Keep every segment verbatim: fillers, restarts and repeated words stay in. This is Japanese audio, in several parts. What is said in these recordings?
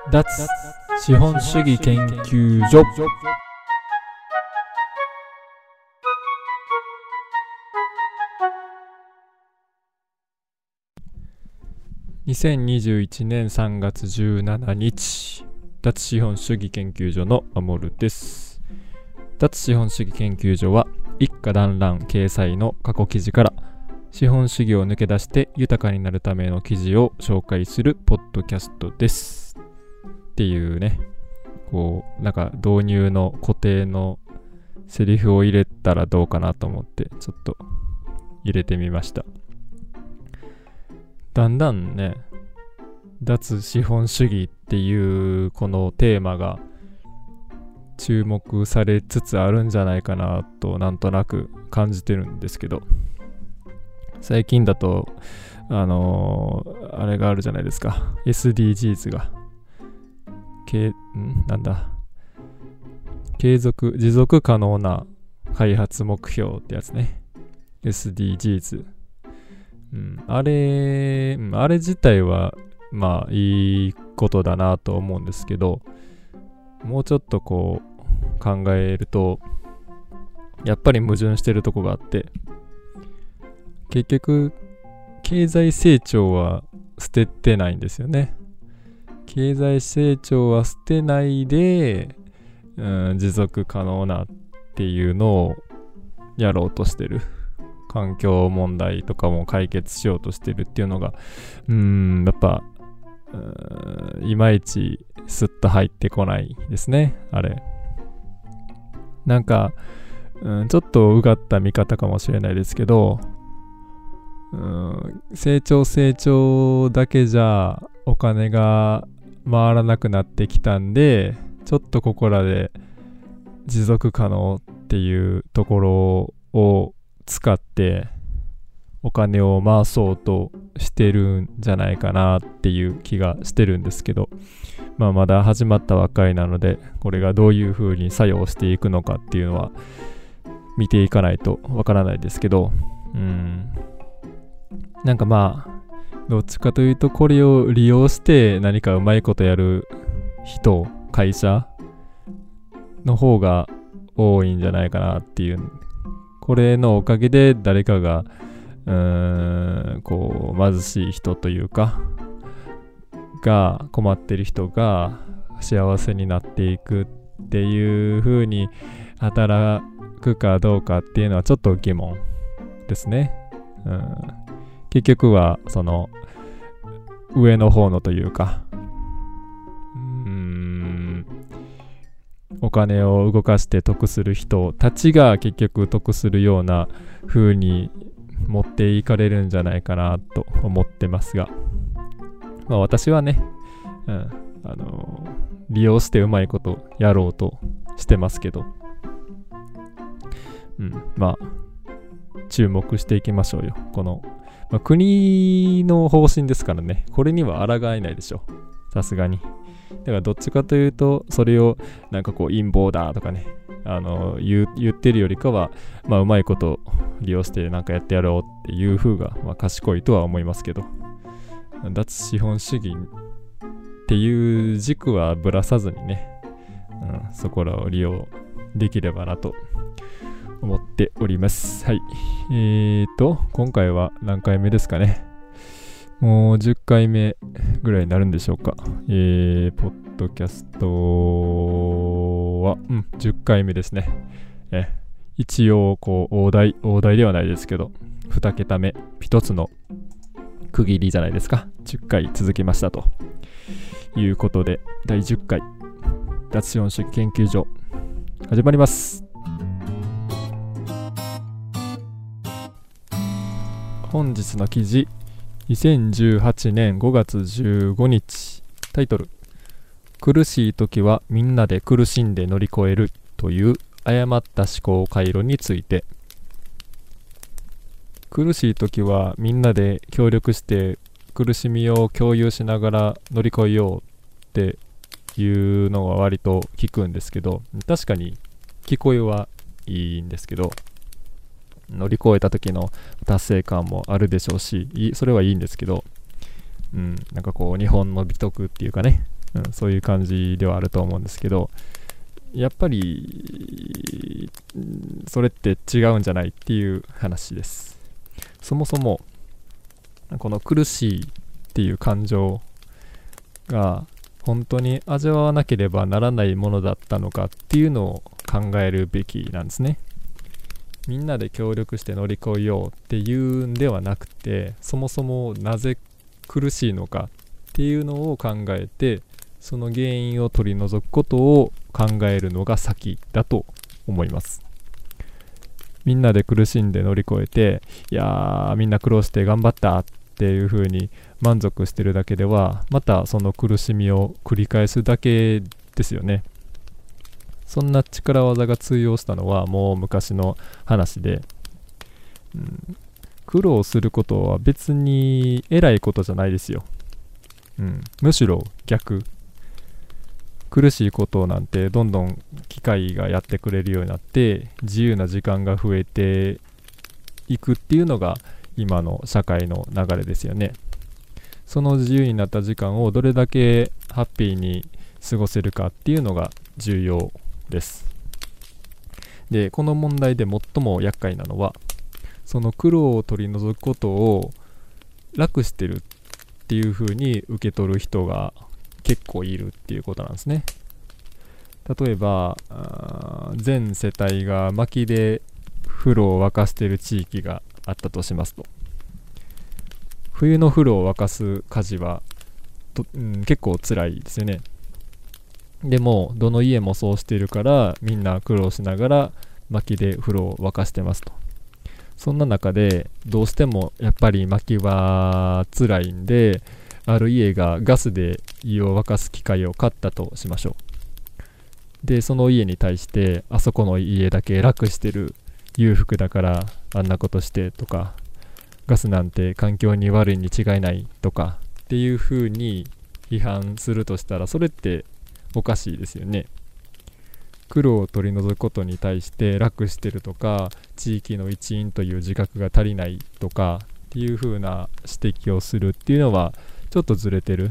脱資本主義研究所。にせんにじゅういちねんさんがつじゅうしちにち、脱資本主義研究所のあもるです。脱資本主義研究所は一家団らん掲載の過去記事から資本主義を抜け出して豊かになるための記事を紹介するポッドキャストです。っていうね、こうなんか導入の固定のセリフを入れたらどうかなと思ってちょっと入れてみました。だんだんね、脱資本主義っていうこのテーマが注目されつつあるんじゃないかなとなんとなく感じてるんですけど、最近だとあのー、あれがあるじゃないですか、 エスディージーズ がけんなんだ継続持続可能な開発目標ってやつね、 エスディージーズ、うん、あれ、うん、あれ自体はまあいいことだなと思うんですけど、もうちょっとこう考えるとやっぱり矛盾してるとこがあって、結局経済成長は捨ててないんですよね。経済成長は捨てないで、うん、持続可能なっていうのをやろうとしてる。環境問題とかも解決しようとしてるっていうのが、うーん、やっぱ、うーん、いまいちスッと入ってこないですね、あれ。なんか、うん、ちょっとうがった見方かもしれないですけど、うん、成長成長だけじゃお金が回らなくなってきたんで、ちょっとここらで持続可能っていうところを使ってお金を回そうとしてるんじゃないかなっていう気がしてるんですけど、まあまだ始まったばっかりなので、これがどういう風に作用していくのかっていうのは見ていかないとわからないですけど、うーんなんかまあどっちかというとこれを利用して何かうまいことやる人、会社の方が多いんじゃないかなっていう、これのおかげで誰かがうーんこう貧しい人というかが困ってる人が幸せになっていくっていう風に働くかどうかっていうのはちょっと疑問ですね。うん、結局はその上の方のというか、うーんお金を動かして得する人たちが結局得するような風に持っていかれるんじゃないかなと思ってますが、まあ私はね、うん、あのー、利用してうまいことやろうとしてますけど、うん、まあ注目していきましょうよ。この、まあ、国の方針ですからね、これには抗えないでしょ、さすがに。だからどっちかというとそれをなんかこう陰謀だとかね、あの言う、言ってるよりかは、まあうまいこと利用してなんかやってやろうっていう風が、まあ、賢いとは思いますけど、脱資本主義っていう軸はぶらさずにね、うん、そこらを利用できればなと思っております。はい。えーと、今回は何回目ですかね。もうじゅっかいめぐらいになるんでしょうか。えー、ポッドキャストは、うん、じゅっかいめですね。え一応、こう、大台、大台ではないですけど、にけため、一つの区切りじゃないですか。じゅっかい続きましたということで、だいじゅっかい、脱資本主義研究所、始まります。本日の記事、にせんじゅうはちねんごがつじゅうごにち、タイトル、苦しい時はみんなで苦しんで乗り越えるという誤った思考回路について。苦しい時はみんなで協力して苦しみを共有しながら乗り越えようっていうのは割と聞くんですけど、確かに聞こえはいいんですけど、乗り越えた時の達成感もあるでしょうし、それはいいんですけど、うん、なんかこう日本の美徳っていうかね、 うん、そういう感じではあると思うんですけど、やっぱりそれって違うんじゃないっていう話です。そもそもこの苦しいっていう感情が本当に味わわなければならないものだったのかっていうのを考えるべきなんですね。みんなで協力して乗り越えようっていうんではなくて、そもそもなぜ苦しいのかっていうのを考えて、その原因を取り除くことを考えるのが先だと思います。みんなで苦しんで乗り越えて、いやーみんな苦労して頑張ったっていう風に満足してるだけでは、またその苦しみを繰り返すだけですよね。そんな力技が通用したのはもう昔の話で、うん、苦労することは別に偉いことじゃないですよ。うん、むしろ逆。苦しいことなんてどんどん機械がやってくれるようになって自由な時間が増えていくっていうのが今の社会の流れですよね。その自由になった時間をどれだけハッピーに過ごせるかっていうのが重要です。で、この問題で最も厄介なのは、その苦労を取り除くことを楽してるっていう風に受け取る人が結構いるっていうことなんですね。例えば全世帯が薪で風呂を沸かしている地域があったとしますと、冬の風呂を沸かす家事はと、うん、結構辛いですよね。でもどの家もそうしているからみんな苦労しながら薪で風呂を沸かしてますと。そんな中でどうしてもやっぱり薪は辛いんで、ある家がガスで湯を沸かす機械を買ったとしましょう。でその家に対して、あそこの家だけ楽してる、裕福だからあんなことしてとか、ガスなんて環境に悪いに違いないとかっていう風に批判するとしたら、それっておかしいですよね。苦労を取り除くことに対して楽してるとか、地域の一員という自覚が足りないとかっていう風な指摘をするっていうのはちょっとずれてる。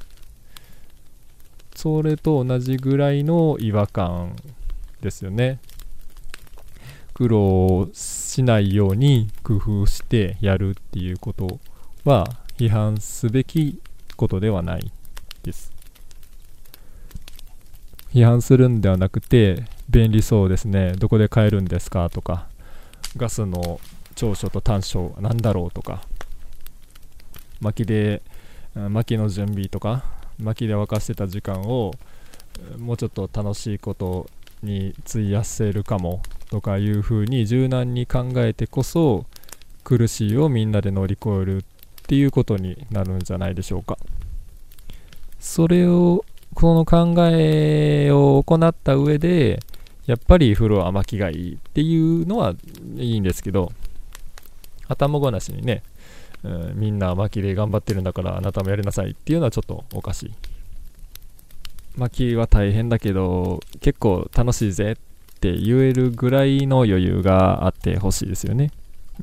それと同じぐらいの違和感ですよね。苦労しないように工夫してやるっていうことは批判すべきことではないです。批判するんではなくて、便利そうですね、どこで買えるんですかとか、ガスの長所と短所は何だろうとか、薪で薪の準備とか、薪で沸かしてた時間をもうちょっと楽しいことに費やせるかもとかいう風に柔軟に考えてこそ、苦しいをみんなで乗り越えるっていうことになるんじゃないでしょうか。それをこの考えを行った上で、やっぱり風呂は薪がいいっていうのはいいんですけど、頭ごなしにね、うん、みんな薪で頑張ってるんだからあなたもやりなさいっていうのはちょっとおかしい。薪は大変だけど結構楽しいぜって言えるぐらいの余裕があってほしいですよね。うん、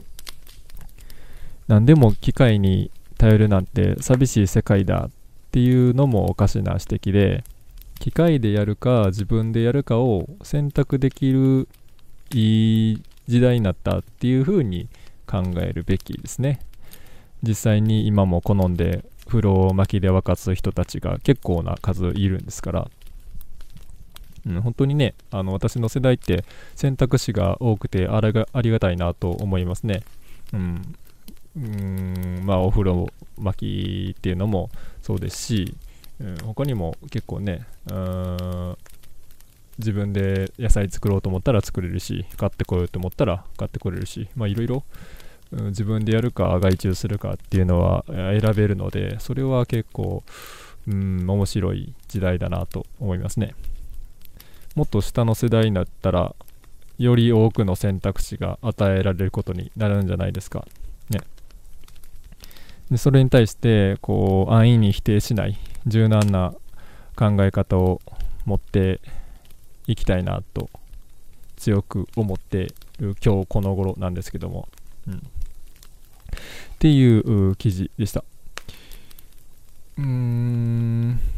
何でも機械に頼るなんて寂しい世界だっていうのもおかしな指摘で、機械でやるか自分でやるかを選択できるいい時代になったっていう風に考えるべきですね。実際に今も好んで風呂を薪で沸かす人たちが結構な数いるんですから、うん、本当にね、あの私の世代って選択肢が多くてあれがありがたいなと思いますね。うんうーんまあお風呂薪っていうのもそうですし、うん、他にも結構ね、うーん自分で野菜作ろうと思ったら作れるし、買ってこようと思ったら買ってこれるし、まあいろいろ自分でやるか外注するかっていうのは選べるので、それは結構うん面白い時代だなと思いますね。もっと下の世代になったらより多くの選択肢が与えられることになるんじゃないですかね。でそれに対してこう安易に否定しない柔軟な考え方を持っていきたいなと強く思っている今日この頃なんですけども、うん、っていう記事でした。うーん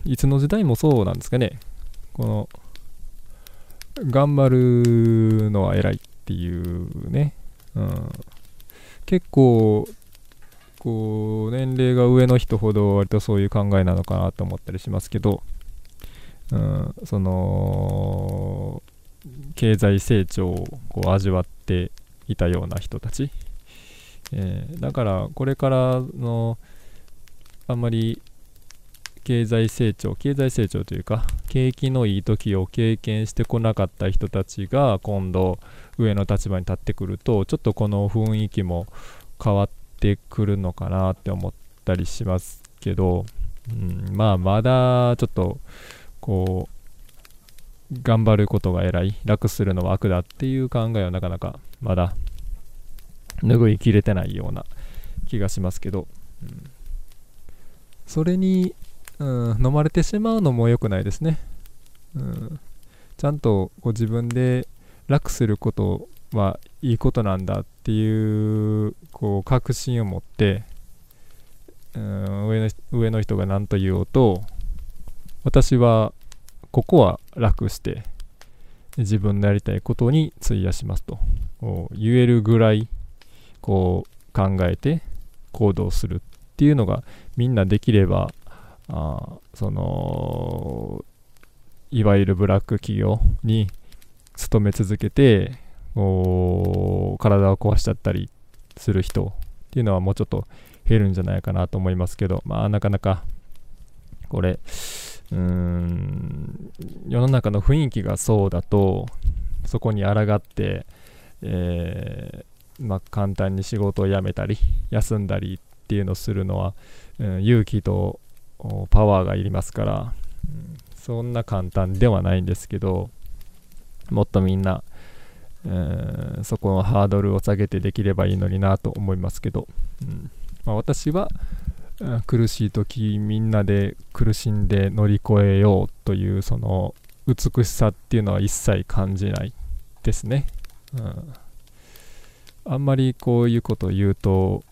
いつの時代もそうなんですかね。この頑張るのは偉いっていうね、うん、結構こう年齢が上の人ほど割とそういう考えなのかなと思ったりしますけど、うん、その経済成長をこう味わっていたような人たち、えー、だからこれからのあんまり経済成長経済成長というか景気のいい時を経験してこなかった人たちが今度上の立場に立ってくると、ちょっとこの雰囲気も変わってくるのかなって思ったりしますけど、うん、まあまだちょっとこう頑張ることが偉い、楽するのは悪だっていう考えはなかなかまだ拭いきれてないような気がしますけど、うん、それに、うん、飲まれてしまうのも良くないですね。うん、ちゃんとこう自分で楽することはいいことなんだっていうこう確信を持って、うん、上の、上の人が何と言おうと、私はここは楽して自分のやりたいことに費やしますと言えるぐらいこう考えて行動するっていうのがみんなできれば、あそのいわゆるブラック企業に勤め続けてお体を壊しちゃったりする人っていうのはもうちょっと減るんじゃないかなと思いますけど、まあなかなかこれうーん世の中の雰囲気がそうだと、そこに抗って、えーまあ、簡単に仕事を辞めたり休んだりっていうのをするのは、うん、勇気とパワーがいりますから、うん、そんな簡単ではないんですけど、もっとみんな、えー、そこのハードルを下げてできればいいのになと思いますけど、うんまあ、私は苦しい時みんなで苦しんで乗り越えようというその美しさっていうのは一切感じないですね。うん、あんまりこういうことを言うと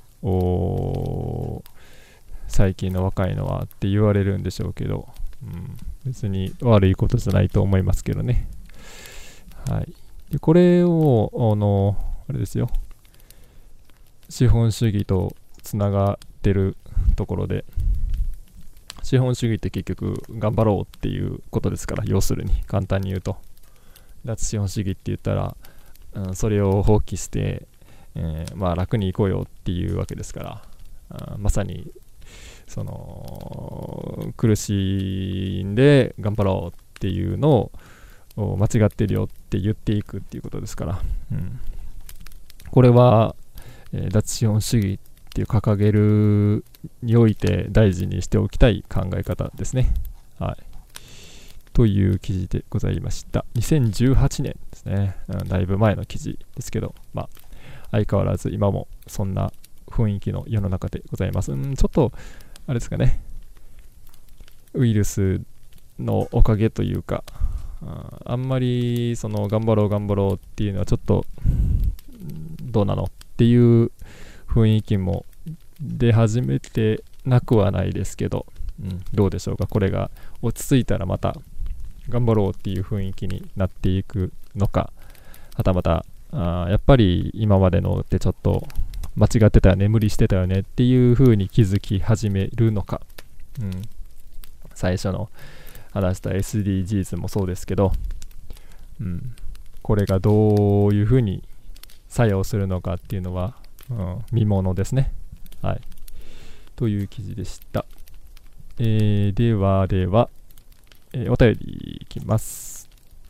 最近の若いのはって言われるんでしょうけど、うん、別に悪いことじゃないと思いますけどね。はい、でこれをあのあれですよ、資本主義とつながってるところで、資本主義って結局頑張ろうっていうことですから、要するに簡単に言うと脱資本主義って言ったら、うん、それを放棄して、えー、まあ楽に行こうよっていうわけですから、あまさにその苦しんで頑張ろうっていうのを間違ってるよって言っていくっていうことですから、うん、これは、えー、脱資本主義っていう掲げるにおいて大事にしておきたい考え方ですね。はい。という記事でございました。にせんじゅうはちねんですね。うん、だいぶ前の記事ですけど、まあ、相変わらず今もそんな雰囲気の世の中でございます。うん、ちょっと、あれですかね。ウイルスのおかげというか、あ, あんまりその頑張ろう頑張ろうっていうのはちょっとどうなのっていう雰囲気も出始めてなくはないですけど、うん、どうでしょうか。これが落ち着いたらまた頑張ろうっていう雰囲気になっていくのか、はたまたあやっぱり今までのってちょっと間違ってたよね、無理してたよねっていう風に気づき始めるのか、うん、最初の話した エスディージーズ もそうですけど、うん、これがどういう風に作用するのかっていうのは、うん、見ものですね。はい。という記事でした。えー、ではでは、えー、お便りいきます。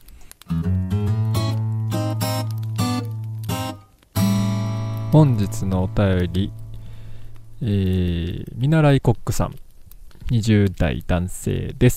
本日のお便り、えー、見習いコックさん、にじゅう代男性です。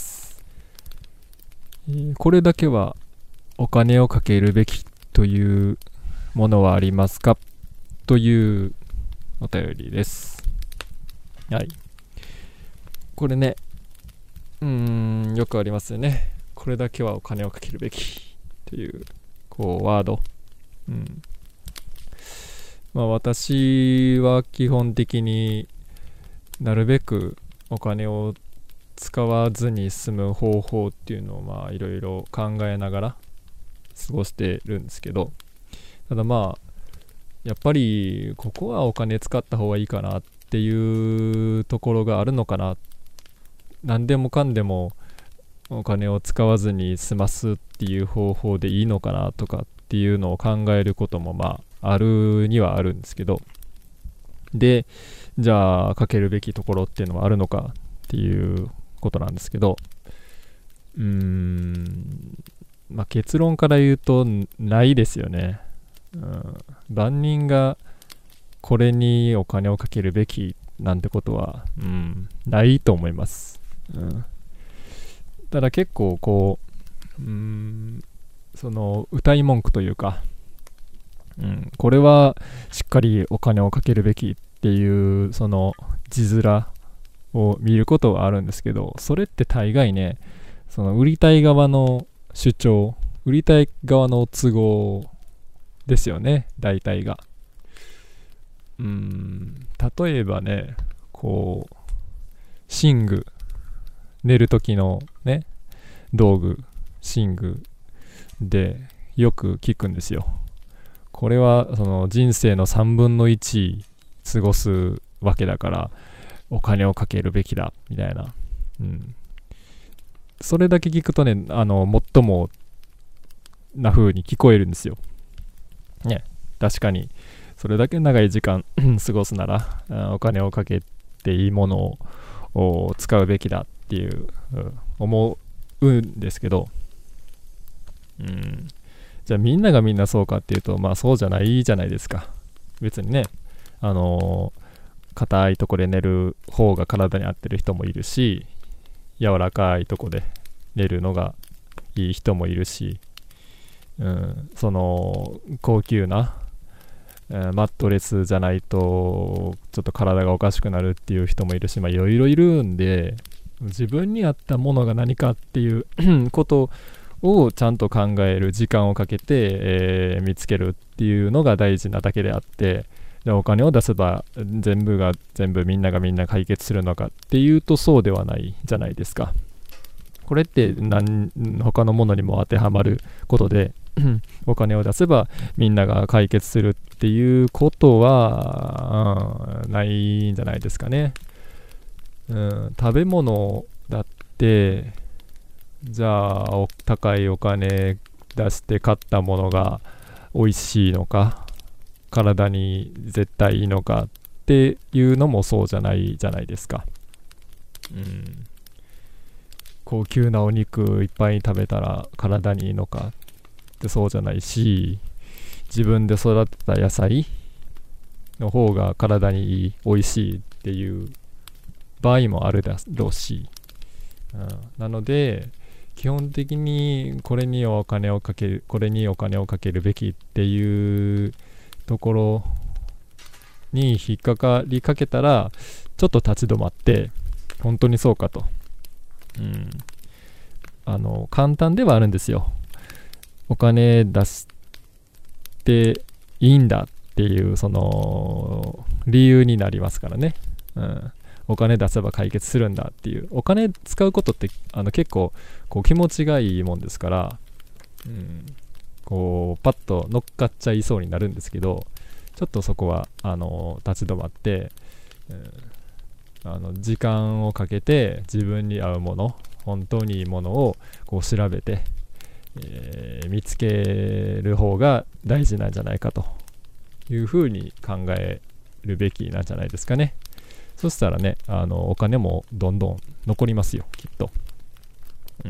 えー、これだけはお金をかけるべきというものはありますかというお便りです。はい。これね、うーん、よくありますよね。これだけはお金をかけるべきという、こう、ワード。うん。まあ私は基本的になるべくお金を使わずに済む方法っていうのをまあいろいろ考えながら過ごしてるんですけど、ただまあやっぱりここはお金使った方がいいかなっていうところがあるのかな。何でもかんでもお金を使わずに済ますっていう方法でいいのかなとかっていうのを考えることもまああるにはあるんですけど、でじゃあかけるべきところっていうのはあるのかっていうことなんですけど、うーんまあ結論から言うとないですよね。うん、万人がこれにお金をかけるべきなんてことは、うん、ないと思います。うん、ただ結構こう、うーんその謳い文句というか、うん、これはしっかりお金をかけるべきっていうその字面を見ることはあるんですけど、それって大概ね、その売りたい側の主張、売りたい側の都合ですよね、大体が。うーん例えばね、こう寝具、寝る時のね道具、寝具でよく聞くんですよ。これはその人生のさんぶんのいち過ごすわけだからお金をかけるべきだみたいな、うん、それだけ聞くとね、あの最もな風に聞こえるんですよね。確かにそれだけ長い時間過ごすならお金をかけていいものを使うべきだっていう、うん、思うんですけど、うん、じゃあみんながみんなそうかっていうと、まあそうじゃないじゃないですか。別にね、あのー、硬いとこで寝る方が体に合ってる人もいるし、柔らかいとこで寝るのがいい人もいるし、うん、その高級な、えーマットレスじゃないとちょっと体がおかしくなるっていう人もいるし、まあいろいろいるんで、自分に合ったものが何かっていうことをちゃんと考える時間をかけて、えー見つけるっていうのが大事なだけであって、でお金を出せば全部が全部みんながみんな解決するのかっていうとそうではないじゃないですか。これって何他のものにも当てはまることでお金を出せばみんなが解決するっていうことは、うん、ないんじゃないですかね。うん、食べ物だってじゃあお高いお金出して買ったものが美味しいのか体に絶対いいのかっていうのもそうじゃないじゃないですか。うん、高級なお肉いっぱい食べたら体にいいのかってそうじゃないし、自分で育てた野菜の方が体にいい、美味しいっていう場合もあるだろうし、うん、なので基本的にこれにお金をかけるこれにお金をかけるべきっていうところに引っかかりかけたらちょっと立ち止まって本当にそうかと、うん、あの簡単ではあるんですよ。お金出していいんだっていうその理由になりますからね、うん、お金出せば解決するんだっていう、お金使うことってあの結構こう気持ちがいいもんですから、うん、こうパッと乗っかっちゃいそうになるんですけど、ちょっとそこはあの立ち止まって、うん、あの時間をかけて自分に合うもの、本当にいいものをこう調べて、えー見つける方が大事なんじゃないかというふうに考えるべきなんじゃないですかね。そしたらね、あのお金もどんどん残りますよ、きっと。うん、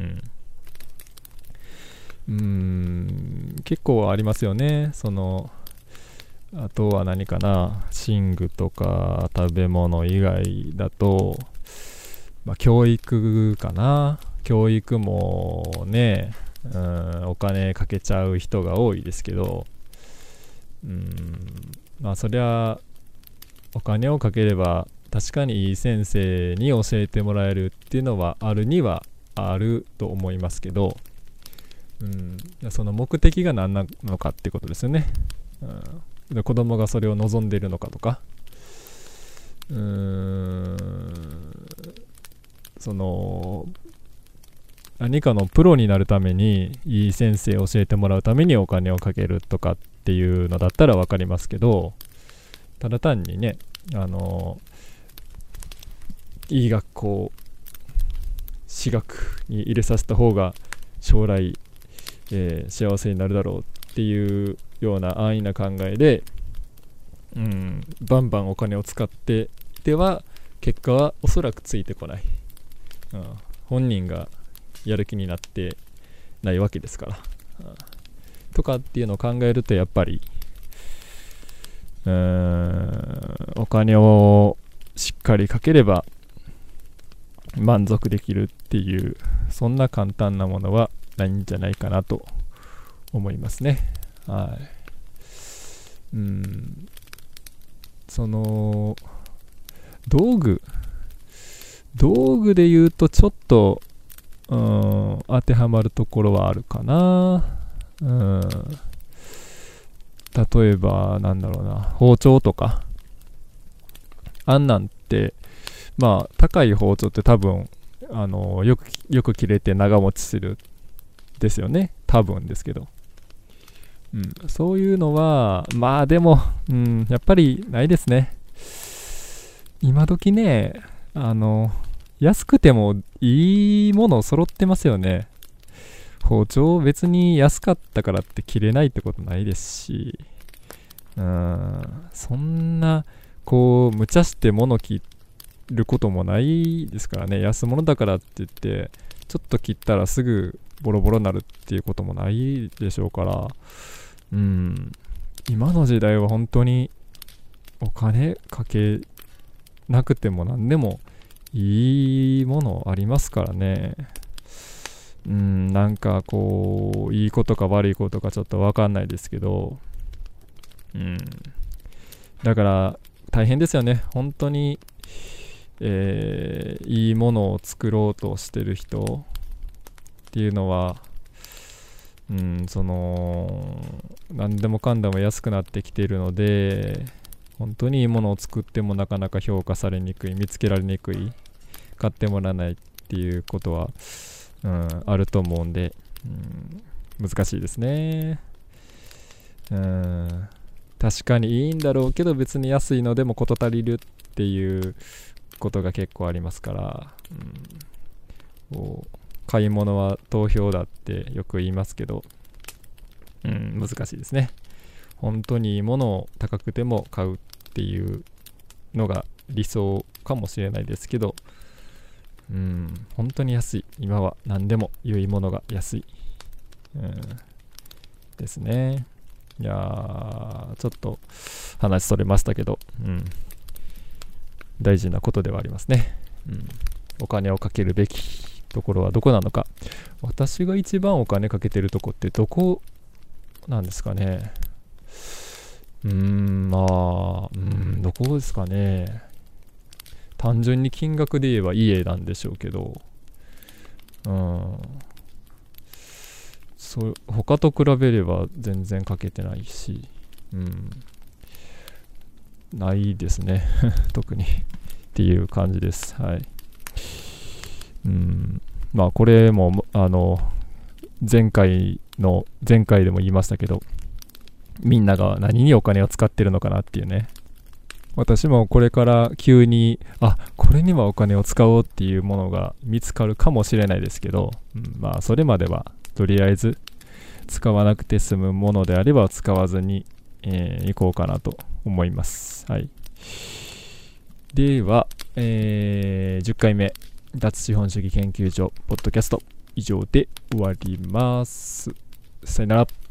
うーん結構ありますよね。そのあとは何かな、寝具とか食べ物以外だと、まあ、教育かな。教育もね、うん、お金かけちゃう人が多いですけど、うん、まあそりゃお金をかければ確かにいい先生に教えてもらえるっていうのはあるにはあると思いますけど、うん、その目的が何なのかっていうことですよね。うん、で子供がそれを望んでいるのかとか、うーんその何かのプロになるためにいい先生を教えてもらうためにお金をかけるとかっていうのだったら分かりますけど、ただ単にね、あのいい学校私学に入れさせた方が将来、えー、幸せになるだろうっていうような安易な考えで、うん、バンバンお金を使ってでは結果はおそらくついてこない、うん、本人がやる気になってないわけですから、うん、とかっていうのを考えるとやっぱりうーんお金をしっかりかければ満足できるっていうそんな簡単なものはないんじゃないかなと思いますね。はい。うん。その道具道具で言うとちょっとうん当てはまるところはあるかな。うん例えばなんだろうな、包丁とかあんなんってまあ高い包丁って多分あのよくよく切れて長持ちするですよね、多分ですけど、うん、そういうのはまあでも、うん、やっぱりないですね。今時ね、あの安くてもいいもの揃ってますよね。包丁別に安かったからって切れないってことないですし、うーんそんなこう無茶して物切ることもないですからね。安物だからって言ってちょっと切ったらすぐボロボロになるっていうこともないでしょうから、うん今の時代は本当にお金かけなくても何でもいいものありますからね。うんなんかこういいことか悪いことかちょっと分かんないですけど、うんだから大変ですよね本当に、えー、いいものを作ろうとしてる人っていうのは、うんその何でもかんでも安くなってきているので、本当にいいものを作ってもなかなか評価されにくい、見つけられにくい、買ってもらわないっていうことはうん、あると思うんで、うん、難しいですね。うん確かにいいんだろうけど別に安いのでも事足りるっていうことが結構ありますから、うん、こう買い物は投票だってよく言いますけど、うん、難しいですね。本当にいいものを高くても買うっていうのが理想かもしれないですけど、うん本当に安い、今は何でも良いものが安い、うん、ですね。いやーちょっと話それましたけど、うん、大事なことではありますね、うん、お金をかけるべきところはどこなのか。私が一番お金かけてるとこってどこなんですかね。うーんまあうんどこですかね。単純に金額で言えば家なんでしょうけど、うんそう他と比べれば全然かけてないし、うんないですね特にっていう感じです。はい。うんまあこれもあの前回の前回でも言いましたけど、みんなが何にお金を使ってるのかなっていうね。私もこれから急にあこれにはお金を使おうっていうものが見つかるかもしれないですけど、うん、まあそれまではとりあえず使わなくて済むものであれば使わずに、えー、いこうかなと思います。はい。では、えー、じゅっかいめ脱資本主義研究所ポッドキャスト以上で終わります。さよなら。